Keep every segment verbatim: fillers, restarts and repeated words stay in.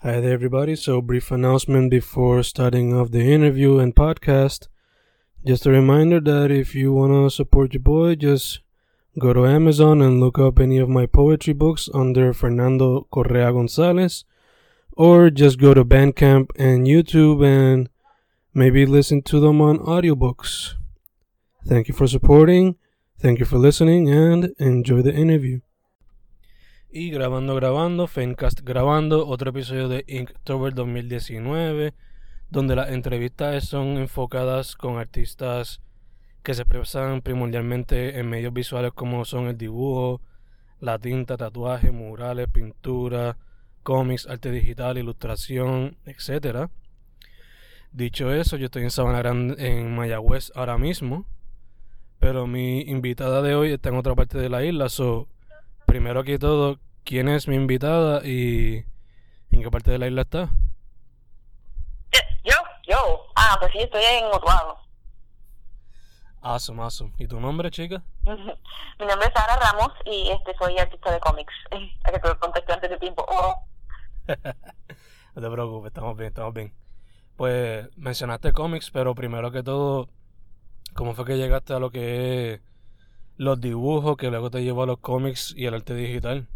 Hi there, everybody. So, brief announcement before starting off the interview and podcast. Just a reminder that if you want to support your boy, just go to Amazon and look up any of my poetry books under Fernando Correa Gonzalez, or just go to Bandcamp and YouTube and maybe listen to them on audiobooks. Thank you for supporting, thank you for listening, and enjoy the interview. Y grabando, grabando, Fencast grabando, otro episodio de Inktober dos mil diecinueve, donde las entrevistas son enfocadas con artistas que se expresan primordialmente en medios visuales como son el dibujo, la tinta, tatuaje, murales, pintura, cómics, arte digital, ilustración, etcétera. Dicho eso, yo estoy en Sabana Grande, en Mayagüez ahora mismo, pero mi invitada de hoy está en otra parte de la isla, so primero que todo, ¿quién es mi invitada y en qué parte de la isla está? Yo, yo. Ah, pues sí, estoy en Utuado. Awesome, awesome. ¿Y tu nombre, chica? Mi nombre es Sara Ramos y este soy artista de cómics. A que te lo contesté antes de tiempo. Oh. No te preocupes, estamos bien, estamos bien. Pues mencionaste cómics, pero primero que todo, ¿cómo fue que llegaste a lo que es los dibujos, que luego te llevó a los cómics y el arte digital?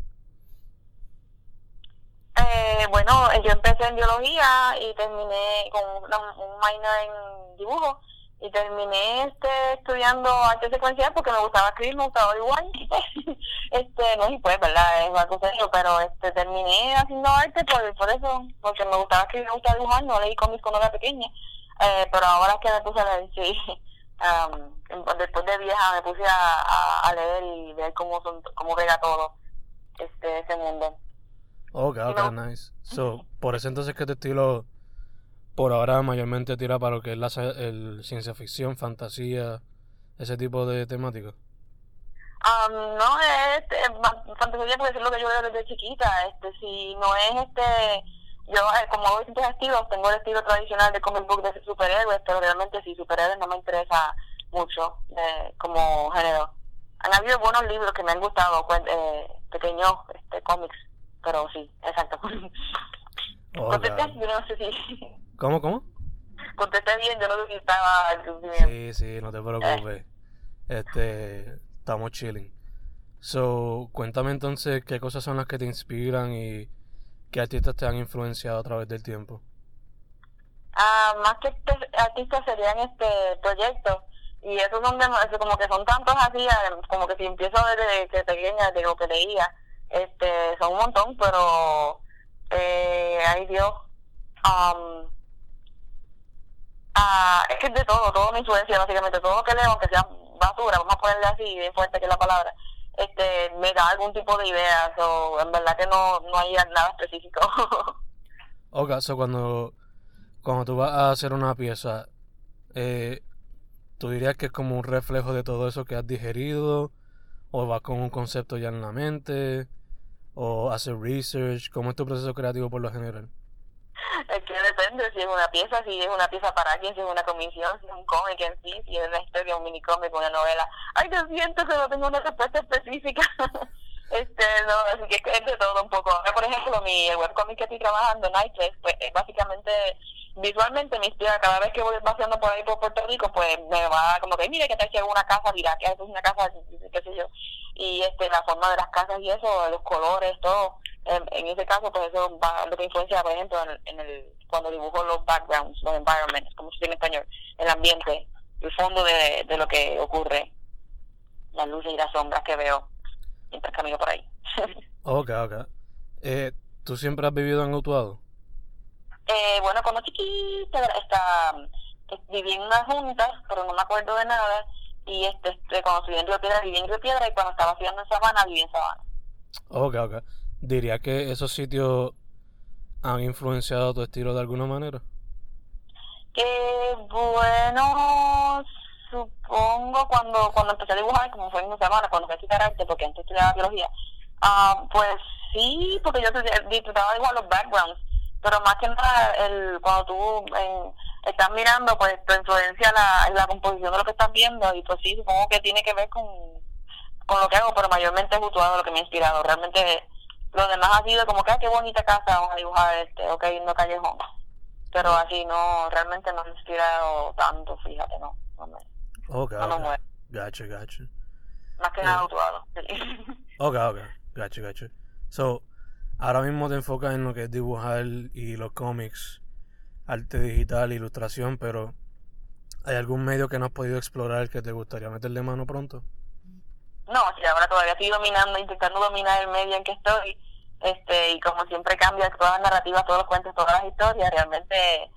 Eh, bueno, yo empecé en biología y terminé con una, un minor en dibujo y terminé este estudiando arte secuencial porque me gustaba escribir, me gustaba dibujar. este, no sé, pues, verdad, es algo serio, pero este terminé haciendo arte por, por eso, porque me gustaba escribir, me gustaba dibujar, no leí cómics cuando era pequeña, eh, pero ahora es que me puse a leer, sí. Um, después de vieja me puse a, a, a leer y ver cómo son, cómo pega todo este ese mundo. Ok, ok, no. Nice. So, por eso entonces que tu estilo por ahora mayormente tira para lo que es la el ciencia ficción, fantasía, ese tipo de temática. Um, no es, es fantasía porque es lo que yo veo desde chiquita. Este, si no es este, yo como hago distintos estilos, tengo el estilo tradicional de comic book de superhéroes, pero realmente sí, superhéroes no me interesa mucho de, como género. Han habido buenos libros que me han gustado, eh, pequeños este, cómics, pero sí, exacto. Oh, contesté, yo no sé si... ¿Cómo, cómo? Contesté bien, yo no sé si estaba... Sí, sí, no te preocupes. Eh. Este, estamos chilling. So, cuéntame entonces qué cosas son las que te inspiran y qué artistas te han influenciado a través del tiempo. Ah, más que este, artistas serían este proyectos. Y esos son de, como que son tantos así, como que si empiezo desde que pequeña, de lo que leía, este, son un montón, pero eh, ay Dios, um, ah, es que es de todo, todo me influencia básicamente, todo lo que leo, aunque sea basura, vamos a ponerle así, bien fuerte que es la palabra, este, me da algún tipo de ideas, o en verdad que no, no hay nada específico. Ok, so cuando, cuando tú vas a hacer una pieza, eh, ¿tú dirías que es como un reflejo de todo eso que has digerido? ¿O vas con un concepto ya en la mente? ¿O haces research? ¿Cómo es tu proceso creativo por lo general? Es que depende si es una pieza, si es una pieza para alguien, si es una comisión, si es un cómic en sí, si es una historia, un minicómic, una novela. Ay, yo siento que no tengo una respuesta específica. este, no, así que es de todo un poco. Ahora, por ejemplo, mi el webcómic que estoy trabajando, Nightless, pues es básicamente, visualmente me inspira. Cada vez que voy paseando por ahí por Puerto Rico, pues me va como que, mire, que tal si hay una casa, mira, que eso es una casa, qué sé yo. Y este la forma de las casas y eso, los colores, todo. En, en ese caso, pues eso va lo que influencia, por ejemplo, en, en el cuando dibujo los backgrounds, los environments, como se dice en español, el ambiente, el fondo de, de lo que ocurre, las luces y las sombras que veo mientras camino por ahí. Ok, ok. Eh, ¿Tú siempre has vivido en Utuado? Eh, bueno, cuando chiquita, esta, viví en unas juntas, pero no me acuerdo de nada. Y este, este cuando estudié en Río Piedra, viví en Río Piedra, y cuando estaba estudiando en Sabana, viví en Sabana. Ok, ok. ¿Diría que esos sitios han influenciado tu estilo de alguna manera? Que bueno, supongo cuando cuando empecé a dibujar, como fue en Sabana, cuando empecé a estudiar arte, porque antes estudiaba biología, uh, pues sí, porque yo disfrutaba dibujar los backgrounds, pero más que nada, el, cuando tú en, estás mirando, pues te influencia la, la composición de lo que estás viendo, y pues sí, supongo que tiene que ver con, con lo que hago, pero mayormente es Utuado lo que me ha inspirado. Realmente Lo demás ha sido como que, ah, qué bonita casa, vamos a dibujar este, ok, no callejón. Pero así no, realmente no me he inspirado tanto, fíjate, no. No me, okay, no me okay. mueve. Gotcha, gotcha. Más que Eh, nada actuado. Okay, okay. Gotcha, gotcha. So, ahora mismo te enfocas en lo que es dibujar y los cómics, arte digital, ilustración, pero ¿hay algún medio que no has podido explorar que te gustaría meterle mano pronto? No, sí, ahora todavía estoy dominando, intentando dominar el medio en que estoy, este, y como siempre cambia todas las narrativas, todos los cuentos, todas las historias, realmente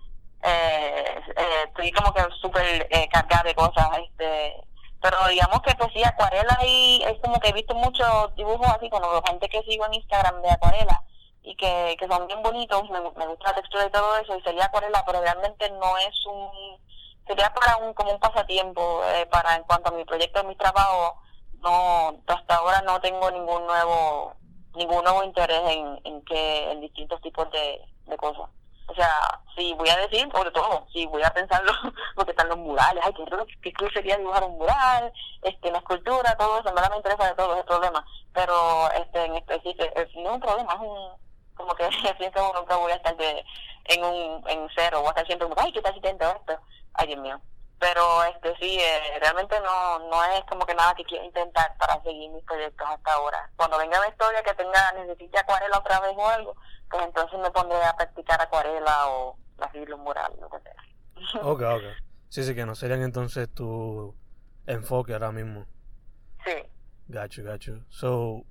eh, eh, estoy como que súper eh, cargada de cosas, este, pero digamos que pues sí, acuarela y es como que he visto muchos dibujos así, con la gente que sigo en Instagram de acuarela, y que, que son bien bonitos, me, me gusta la textura y todo eso, y sería acuarela, pero realmente no es un, sería para un, como un pasatiempo, eh, para en cuanto a mi proyecto, mi trabajo. No, hasta ahora no tengo ningún nuevo ningún nuevo interés en, en que en distintos tipos de, de cosas. O sea, si voy a decir, sobre todo, si voy a pensarlo, porque están los murales, ay, qué qué cool sería dibujar un mural, este, la escultura, todo eso, en verdad me interesa de todo ese problema, pero este en específico, no es un problema, es un, como que siempre nunca voy a estar de, en un en cero, voy a estar siempre como, ay, qué tal si intento esto, ay, Dios mío. Pero este sí, eh, realmente no no es como que nada que quiero intentar para seguir mis proyectos hasta ahora. Cuando venga la historia que tenga necesite acuarela otra vez o algo, pues entonces me pondré a practicar acuarela o a seguir un mural, lo que sea. Ok, ok. Sí, sí, que no serían entonces tu enfoque ahora mismo. Sí. Gacho, gacho. So,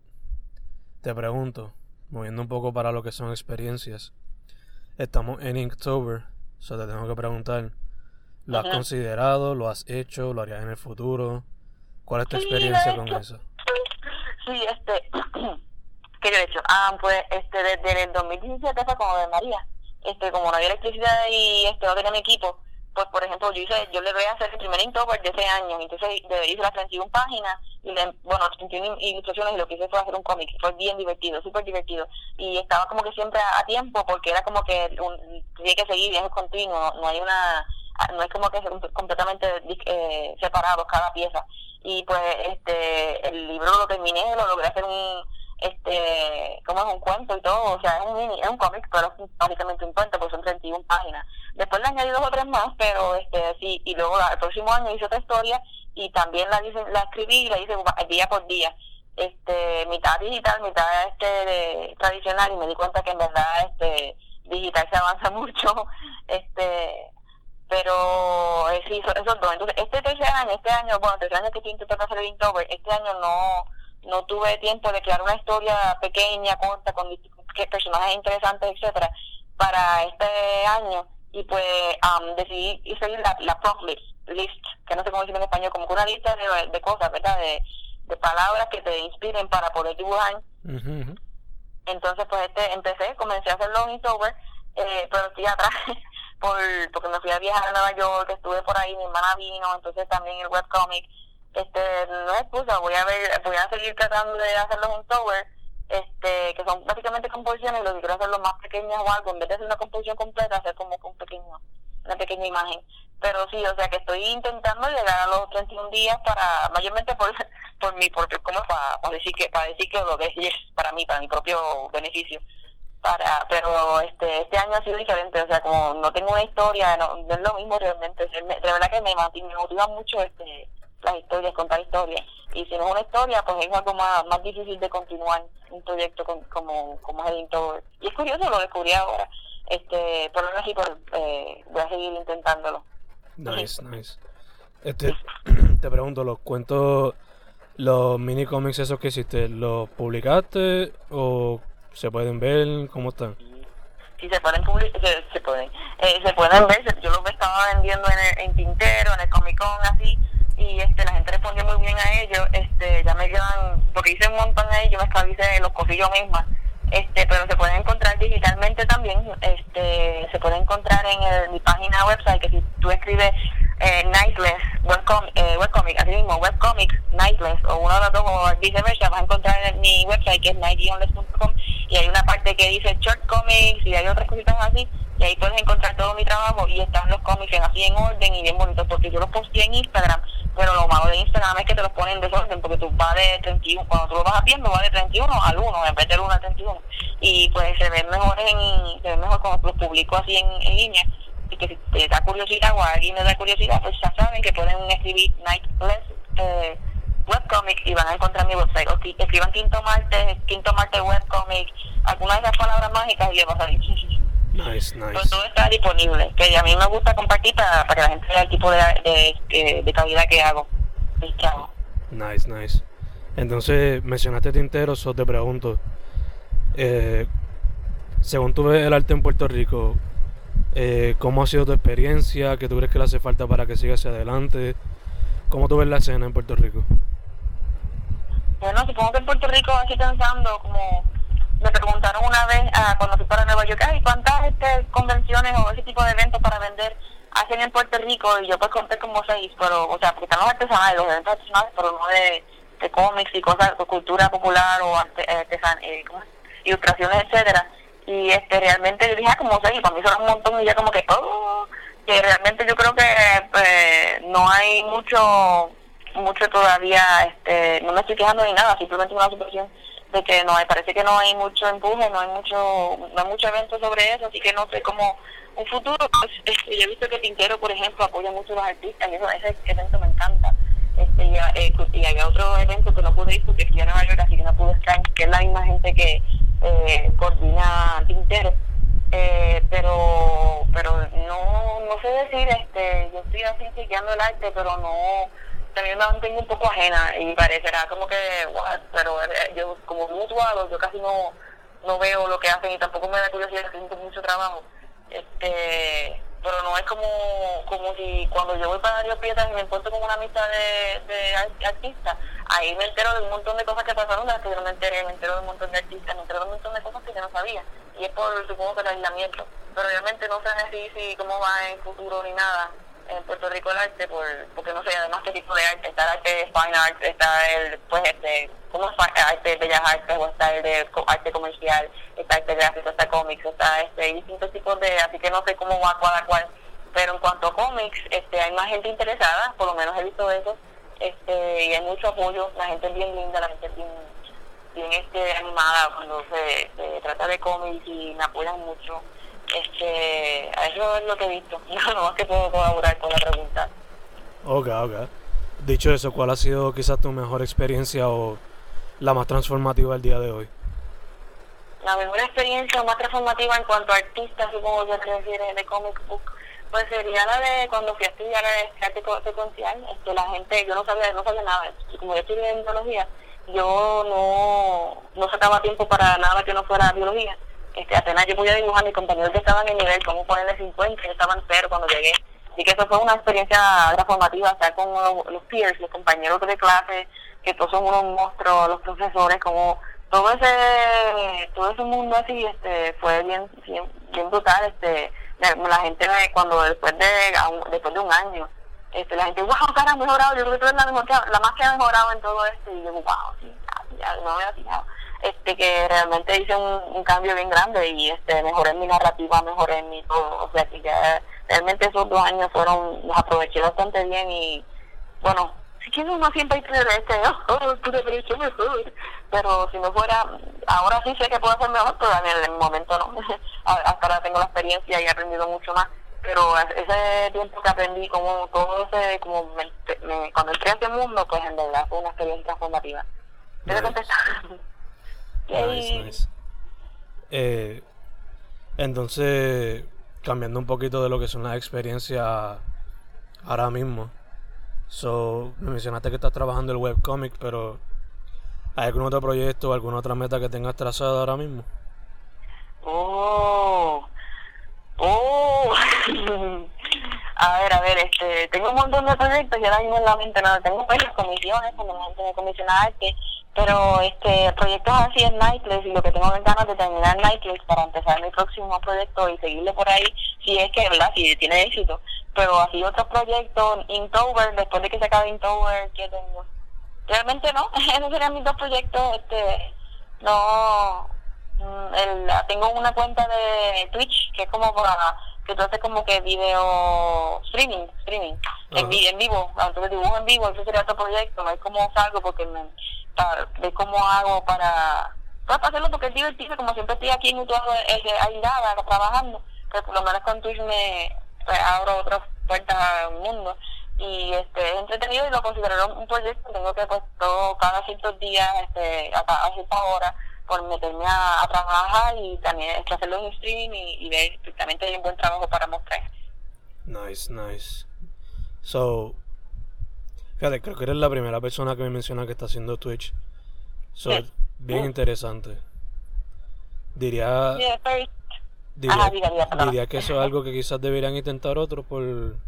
te pregunto, moviendo un poco para lo que son experiencias. Estamos en Inktober, so te tengo que preguntar, ¿lo has uh-huh. considerado? ¿Lo has hecho? ¿Lo harías en el futuro? ¿Cuál es tu sí, experiencia con eso? Sí, este, ¿qué yo he hecho? Ah, pues, este, desde el dos mil diecisiete fue como de María, este, como no había electricidad y este, no tenía mi equipo, pues, por ejemplo, yo hice, yo le voy a hacer el primer Inktober de ese año, entonces hice las treinta y una páginas, y le, bueno, treinta y una ilustraciones, y lo que hice fue hacer un cómic, fue bien divertido, súper divertido, y estaba como que siempre a, a tiempo, porque era como que un, tenía que seguir viajes continuos, no, no hay una... no es como que es completamente eh, separados cada pieza, y pues este el libro lo terminé, lo logré hacer un este como es un cuento y todo, o sea, es un mini, es un cómic, pero es básicamente un cuento, pues son treinta y una páginas. Después le añadí dos o tres más, pero este sí, y luego la, el próximo año hice otra historia y también la hice, la escribí y la hice día por día, este mitad digital, mitad este de, tradicional, y me di cuenta que en verdad este digital se avanza mucho, este pero eh, sí, esos, esos dos. Entonces, este tercer año, este año, bueno, tercer año que estoy intentando hacer el Inktober, este año no no tuve tiempo de crear una historia pequeña, corta, con personajes interesantes, etcétera, para este año, y pues um, decidí seguir la, la prompt list, list, que no sé cómo decirlo en español, como que una lista de, de cosas, ¿verdad?, de, de palabras que te inspiren para poder dibujar. Uh-huh. Entonces, pues este empecé, comencé a hacerlo en Inktober, eh, pero estoy atrás, por porque me fui a viajar a Nueva York, estuve por ahí, mi hermana vino, entonces también el webcomic, este, no es excusa, voy a ver, voy a seguir tratando de hacerlo en Inktober, este, que son básicamente composiciones, y lo que quiero hacerlo más pequeñas o algo, en vez de hacer una composición completa, hacer como un pequeño, una pequeña imagen. Pero sí, o sea que estoy intentando llegar a los treinta y un días para, mayormente por, por mi propio, como para, para decir que, para decir que lo que es para mí, para mi propio beneficio. para pero este este año ha sido diferente, o sea, como no tengo una historia, no, no es lo mismo realmente, de verdad que me, me motiva mucho este las historias, contar historias, y si no es una historia, pues es algo más más difícil de continuar un proyecto con, como como es el Inktober. Y es curioso, lo descubrí ahora, este pero no así, por, eh, voy a seguir intentándolo. Nice, sí. Nice. Este, te pregunto, ¿los cuentos, los mini cómics esos que hiciste, los publicaste o se pueden ver? ¿Cómo están? Sí, se pueden publicar, se, se pueden eh, se pueden ver, yo los estaba vendiendo en, el, en Tintero, en el Comic Con, así, y este la gente respondió muy bien a ellos, este ya me quedan, porque hice un montón ahí, yo me esclavicé, los cosí yo misma, este pero se pueden encontrar digitalmente también, este se pueden encontrar en el, mi página website, que si tú escribes eh, Nightless webcomic, eh, webcomic, así mismo, webcomics, Nightless, o uno de los dos, o viceversa, vas a encontrar en mi website, que es night less punto com, y hay una parte que dice short comics, y hay otras cositas así, y ahí puedes encontrar todo mi trabajo, y están los cómics en, así en orden y bien bonitos, porque yo los posté en Instagram, pero lo malo de Instagram es que te los ponen en desorden, porque tú vas de treinta y uno, cuando tú lo vas viendo, va de treinta y uno al uno, en vez del uno al treinta y uno, y pues se ven mejor en, se ven mejor cuando los publico así en, en línea, y que si te da curiosidad o a alguien le da curiosidad, pues ya saben que pueden escribir Nightless eh, Webcomic y van a encontrar mi website, o si escriban Quinto Marte, Quinto Marte Webcomic, alguna de esas palabras mágicas y le va a salir. Nice, nice. Pero todo está disponible, que a mí me gusta compartir para, para que la gente vea el tipo de, de, de, de calidad que hago. Que hago. Nice, nice. Entonces, mencionaste Tintero, so te pregunto, eh, según tú ves el arte en Puerto Rico, eh, ¿cómo ha sido tu experiencia? ¿Qué tú crees que le hace falta para que siga hacia adelante? ¿Cómo tú ves la escena en Puerto Rico? Bueno, supongo que en Puerto Rico, así pensando, como me preguntaron una vez uh, cuando fui para Nueva York, ay, ¿cuántas este, convenciones o ese tipo de eventos para vender hacen en Puerto Rico? Y yo pues conté como seis, pero, o sea, porque están los artesanales, los eventos artesanales, pero no de, de cómics y cosas, de cultura popular o arte, artesan, eh, ¿cómo es? Ilustraciones, etcétera. Y este realmente yo dije, ah, como seis, y para mí son un montón, y ya como que, oh, que realmente yo creo que eh, no hay mucho, mucho todavía, este, no me estoy quejando ni nada, simplemente una situación de que no hay, parece que no hay mucho empuje, no hay mucho, no hay mucho evento sobre eso, así que no sé cómo un futuro, pues, este, yo he visto que Tintero, por ejemplo, apoya mucho a los artistas, y eso, ese evento me encanta, este, y, eh, y había otro evento que no pude ir porque fui a Nueva York, así que no pude estar, que es la misma gente que eh, coordina Tintero, eh, pero, pero no, no sé decir, este, yo estoy así siguiendo el arte, pero no, también me mantengo un poco ajena y parecerá como que, what, pero yo como mutuado, yo casi no no veo lo que hacen y tampoco me da curiosidad, siento mucho trabajo, este, pero no es como como si cuando yo voy para Río Piedras y me encuentro con una amistad de, de artistas, ahí me entero de un montón de cosas que pasaron de las que yo no me enteré, me entero de un montón de artistas, me entero de un montón de cosas que yo no sabía, y es por, supongo que el aislamiento, pero realmente no sé si, si cómo va en futuro ni nada en Puerto Rico el arte, por, porque no sé además qué tipo de arte, está el arte de fine art, está el, pues este, como arte de bellas artes, o está el de arte comercial, está arte gráfico, está cómics, está este, distintos tipos de, así que no sé cómo va cada cual, pero en cuanto a cómics, este, hay más gente interesada, por lo menos he visto eso, este, y hay mucho apoyo, la gente es bien linda, la gente es bien, bien este, animada cuando se, se trata de cómics y me apoyan mucho. Este, eso es lo que he visto, no, no más que puedo colaborar con la pregunta. Ok, ok. Dicho eso, ¿cuál ha sido quizás tu mejor experiencia o la más transformativa el día de hoy? La mejor experiencia más transformativa en cuanto a artista, supongo que te refieres, de comic book, pues sería la de cuando fui a estudiar arte secuencial, este, la gente, yo no sabía, no sabía nada, como yo estudié en biología, yo no, no sacaba tiempo para nada que no fuera biología. Este, apenas yo podía dibujar, mis compañeros que estaban en nivel, como ponerle cincuenta, yo estaba en cero cuando llegué. Así que eso fue una experiencia transformativa, estar con los, los peers, los compañeros de clase, que todos son unos monstruos, los profesores, como todo ese todo ese mundo así, este, fue bien bien, bien brutal. Este, la, la gente cuando después de después de un año, este, la gente, wow, cara, ha mejorado, yo creo que tú eres la, mejor, la más que ha mejorado en todo esto, y yo, wow, sí, ya, ya no me había fijado. Este, que realmente hice un, un cambio bien grande y este mejoré mi narrativa, mejoré mi todo, o sea que ya realmente esos dos años fueron, los aproveché bastante bien y bueno, si quieres uno siempre hay que este, oh, pude haber hecho mejor, pero si no fuera, ahora sí sé que puedo hacer mejor, pero en el momento no, hasta ahora tengo la experiencia y he aprendido mucho más, pero ese tiempo que aprendí, como todo ese, como me, me, cuando entré a este mundo, pues en verdad fue una experiencia transformativa. ¿Te Nice. contestar? Nice, nice. Eh, entonces, cambiando un poquito de lo que son las experiencias ahora mismo. So, me mencionaste que estás trabajando el webcomic, pero ¿hay algún otro proyecto o alguna otra meta que tengas trazada ahora mismo? Oh, oh. A ver, a ver, este, tengo un montón de proyectos y ahora mismo en la mente no tengo varias comisiones, cuando la gente me comisiona arte, pero este, proyectos así en Nightless, y lo que tengo ganas de terminar Nightless para empezar mi próximo proyecto y seguirle por ahí, si es que, ¿verdad?, si tiene éxito, pero así otros proyectos, Inktober, después de que se acabe Inktober, ¿qué tengo? Realmente no, esos serían mis dos proyectos, este, no, el, tengo una cuenta de Twitch, que es como para, que tú haces como que video streaming, streaming, en, vi, en vivo, entonces dibujo en vivo, ese sería otro proyecto, ver cómo salgo, porque me, para, ver cómo hago para, para hacerlo, porque es divertido, como siempre estoy aquí en Utuado, aislada, trabajando, pero por lo menos con Twitch me pues, abro otras puertas al mundo, y este es entretenido y lo considero un proyecto. Tengo que pues todo, cada ciertos días, este, a, a ciertas horas, por meterme a, a trabajar y también es que hacerlo en stream y, y ver que también hay un buen trabajo para mostrar. Nice, nice. So, fíjate, creo que eres la primera persona que me menciona que está haciendo Twitch. So, sí. Bien sí. Interesante. Diría, yeah, very... diría, Ajá, diga, diga, diría que eso es algo que quizás deberían intentar otros por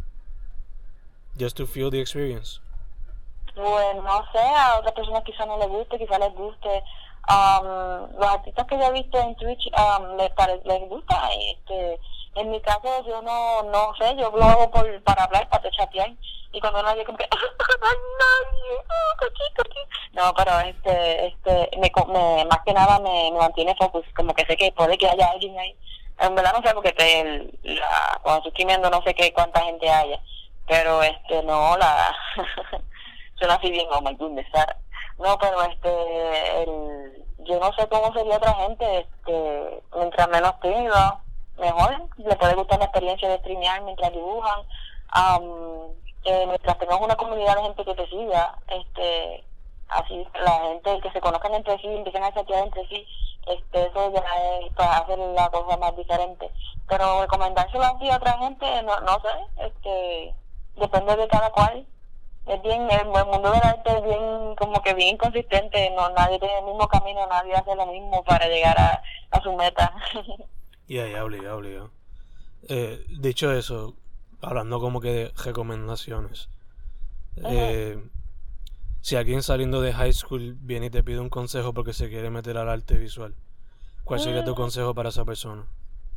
just to feel the experience. Pues no sé, a otras personas quizás no les guste, quizás les guste. Um, los artistas que yo he visto en Twitch um, les, pare, les gusta. Este, en mi caso yo no no sé, yo lo hago por, para hablar, para chatear. Y cuando nadie como que nadie, oh, cochi, cochi. No, pero este este me, me más que nada me, me mantiene focus, como que sé que puede que haya alguien ahí. En verdad no sé, porque te, la, cuando estoy streameando no sé qué cuánta gente haya, pero este no la suena así bien, oh my goodness, Sara. No, pero este, el, yo no sé cómo sería otra gente, este, mientras menos tímido, mejor, le puede gustar la experiencia de streamear mientras dibujan, um, eh, mientras tengas una comunidad de gente que te siga, este, así la gente que se conozcan entre sí, empiezan a chatear entre sí, este, eso ya es para hacer la cosa más diferente, pero recomendárselo así a otra gente, no, no sé, este, depende de cada cual. Es bien, el, el mundo del arte es bien, como que bien inconsistente, no, nadie tiene el mismo camino, nadie hace lo mismo para llegar a, a su meta. Ya, ya, obligado, obligado. Eh, dicho eso, hablando como que de recomendaciones, uh-huh. eh, si alguien saliendo de high school viene y te pide un consejo porque se quiere meter al arte visual, ¿cuál sería tu consejo para esa persona?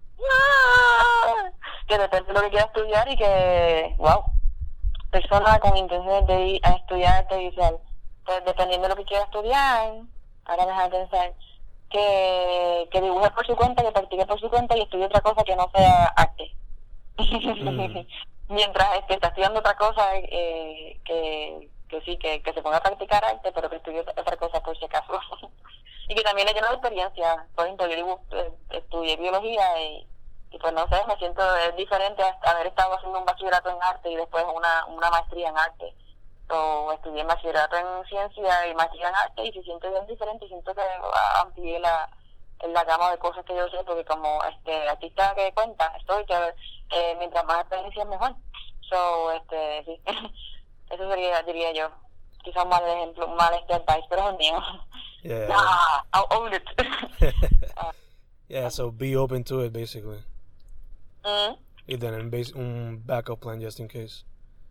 Que depende de lo que quiera estudiar y que, wow, persona con intención de ir a estudiar arte visual, pues dependiendo de lo que quiera estudiar, ahora deja de pensar, que, que dibuje por su cuenta, que practique por su cuenta y estudie otra cosa que no sea arte. Mm. Mientras este, está estudiando otra cosa, eh, que, que sí, que, que se ponga a practicar arte, pero que estudie otra cosa por si acaso. Y que también le llene de experiencia. Por ejemplo, yo dibujo, eh, estudié biología y y pues no sé, me siento es diferente a haber estado haciendo un bachillerato en arte y después una una maestría en arte. So, estudié bachillerato en ciencia y maestría en arte y se siente bien diferente, siento que amplié la, la gama de cosas que yo sé, porque como este artista que cuenta, estoy que eh, mientras más experiencia mejor. So, este, sí, eso sería, diría yo. Quizás un mal ejemplo, un mal este advice, pero es mío. Yeah. Nah, I'll own it. uh, yeah, so be open to it, basically. ¿Mm? Y tener un backup plan just in case.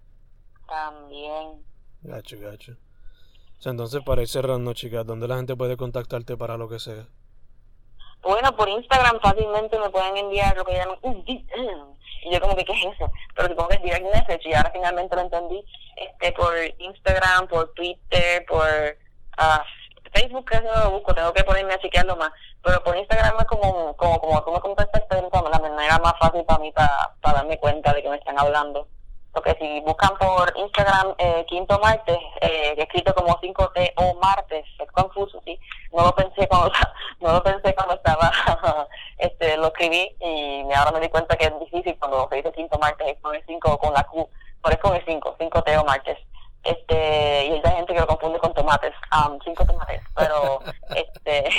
También. Gacho, gacho. O sea, entonces, para ir cerrando, chicas, ¿dónde la gente puede contactarte para lo que sea? Bueno, por Instagram fácilmente me pueden enviar lo que llaman un D M. Y yo como que, ¿qué es eso? Pero supongo que es direct message y ahora finalmente lo entendí. Este, por Instagram, por Twitter, por uh, Facebook, que eso lo busco, tengo que ponerme a chequearlo más. Pero por Instagram es como, como, como tú me contactaste, como la manera más fácil para mí para, para darme cuenta de que me están hablando. Porque si buscan por Instagram eh, Quinto Martes, eh, escrito como cinco T o Martes, es confuso, sí. No lo pensé cuando, no lo pensé cuando estaba, este, lo escribí y ahora me di cuenta que es difícil cuando se dice Quinto Martes, es con el cinco con la Q, pero es con el cinco, cinco T o Martes. Este, y hay gente que lo confunde con tomates, um, cinco tomates, pero, este,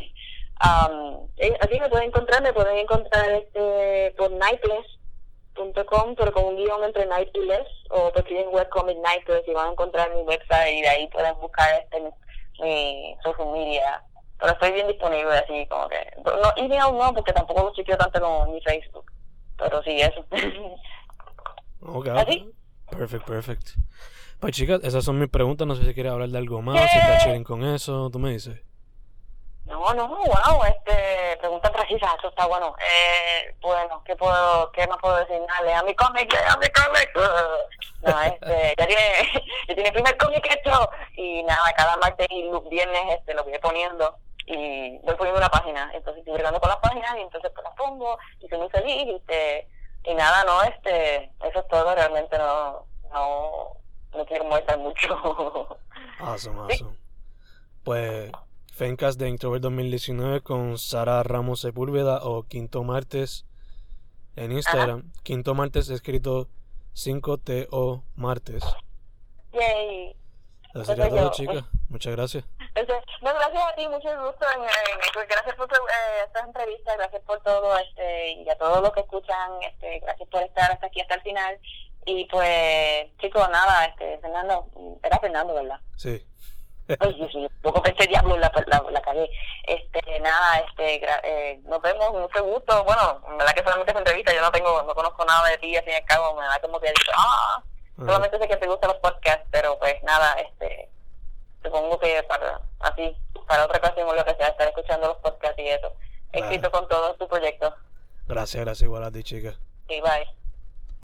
um, así me pueden encontrar, me pueden encontrar este, por Nightless punto com, pero con un guión entre night y less, o te escriben webcomic Nightless y van a encontrar mi website y de ahí pueden buscar este mi, mi social media, pero estoy bien disponible así como que, no, email no, porque tampoco lo chequeo tanto como mi Facebook, pero sí, eso. Ok, ¿Así? Perfect, perfect. Pues chicas, esas son mis preguntas, no sé si quieres hablar de algo más, si estás chilling con eso, tú me dices. No, no, wow, este, preguntas precisas, eso está bueno. Eh, bueno, ¿qué puedo, qué más puedo decir? Nada, lea mi cómic, lea mi cómic. No, este, ya tiene, ya tiene el primer cómic hecho y nada, cada martes y viernes este lo voy poniendo y voy poniendo una página, entonces estoy bregando con las páginas y entonces pues las pongo y soy muy feliz y este, y nada, no, este, eso es todo, realmente no, no, no quiero molestar mucho. Awesome, awesome. Pues, Fencast de Introvert dos mil diecinueve con Sara Ramos Sepúlveda o Quinto Martes en Instagram. Ajá. Quinto Martes escrito cinco T O Martes. Yay. Eso sería todo, chicas. Muchas gracias. No, gracias a ti, mucho gusto. En, en, gracias por eh, estas entrevistas, gracias por todo, este, y a todos los que escuchan, este, gracias por estar hasta aquí, hasta el final. Y pues, chicos, nada, este, Fernando, era Fernando, ¿verdad? Sí. Ay, sí, sí, un poco pensé, diablo, la, la, la cagué. Este, nada, este, gra- eh, nos vemos, mucho gusto. Bueno, en verdad que solamente es entrevista, yo no tengo, no conozco nada de ti, al fin y al cabo, me da como que, ah, uh-huh. Solamente sé que te gustan los podcasts, pero pues nada, este, supongo que para, así, para otra ocasión o lo que sea, estar escuchando los podcasts y eso. Claro. Éxito con todos tus proyectos. Gracias, gracias, igual a ti, chica. Sí, bye.